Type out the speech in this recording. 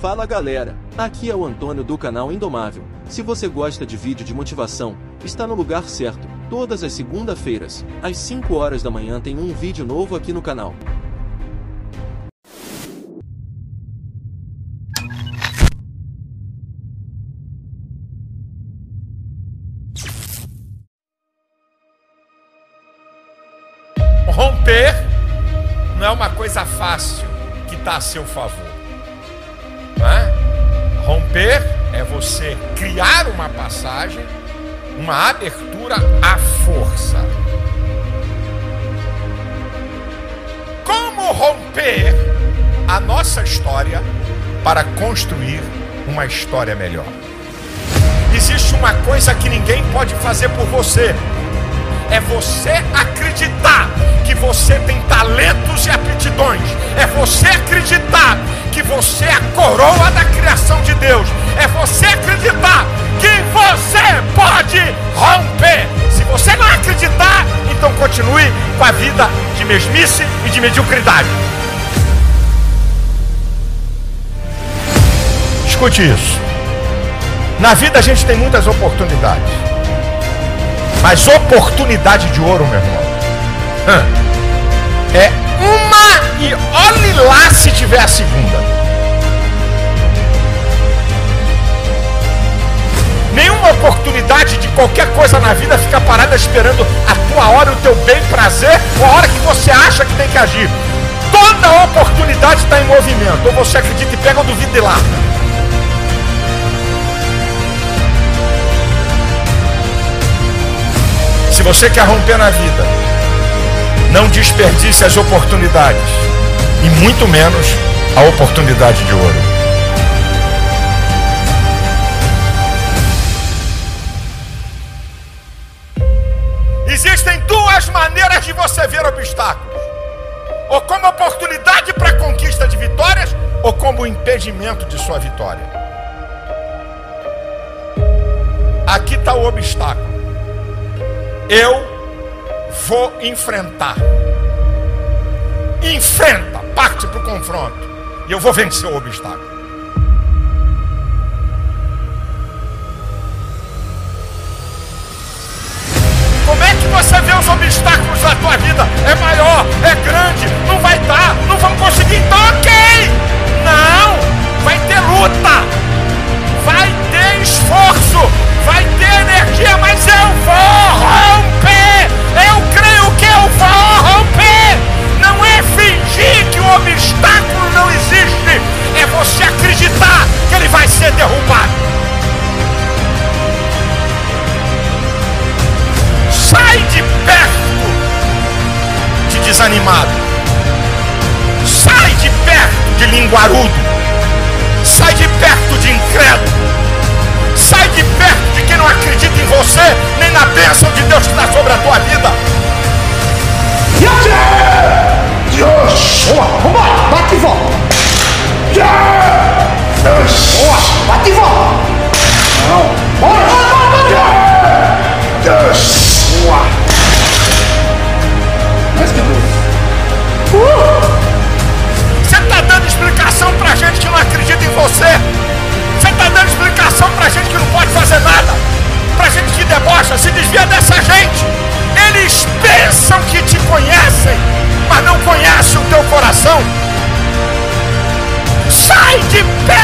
Fala galera, aqui é o Antônio do canal Indomável. Se você gosta de vídeo de motivação, está no lugar certo. Todas as segunda-feiras, às 5 horas da manhã tem um vídeo novo aqui no canal. Romper não é uma coisa fácil que está a seu favor, não é? Romper é você criar uma passagem, uma abertura à força. Como romper a nossa história para construir uma história melhor? Existe uma coisa que ninguém pode fazer por você. É você acreditar que você tem talentos e aptidões. É você acreditar que você é a coroa da criação de Deus. É você acreditar que você pode romper. Se você não acreditar, então continue com a vida de mesmice e de mediocridade. Escute isso. Na vida a gente tem muitas oportunidades. Mas oportunidade de ouro, meu irmão, é uma e olhe lá se tiver a segunda. Nenhuma oportunidade de qualquer coisa na vida fica parada esperando a tua hora, o teu bem prazer, ou a hora que você acha que tem que agir. Toda oportunidade está em movimento. Ou você acredita e pega ou duvida de lá. Se você quer romper na vida, não desperdice as oportunidades, e muito menos a oportunidade de ouro. Existem duas maneiras de você ver obstáculos: ou como oportunidade para a conquista de vitórias, ou como impedimento de sua vitória. Aqui está o obstáculo. Eu vou enfrentar. Enfrenta, parte para o confronto. E eu vou vencer o obstáculo. Como é que você vê os obstáculos da tua vida? É maior, é grande, não vai dar, não vamos conseguir, então ok. Não, vai ter luta, vai ter esforço, vai ter energia, mas eu vou romper. Eu creio que eu vou romper. Não é fingir que o obstáculo não existe, é você acreditar que ele vai ser derrubado. Sai de perto de desanimado. Sai de perto de linguarudo. Sai de perto de incrédulo. Sai de perto de quem não acredita em você, nem na bênção de Deus que está sobre a tua vida. Bate e volta. Bate e volta. Você está dando explicação pra gente que não acredita em você. Você está dando explicação pra gente que não pode fazer nada, pra gente que debocha, se desvia dessa gente. Eles pensam que te conhecem, mas não conhecem o teu coração. Sai de perto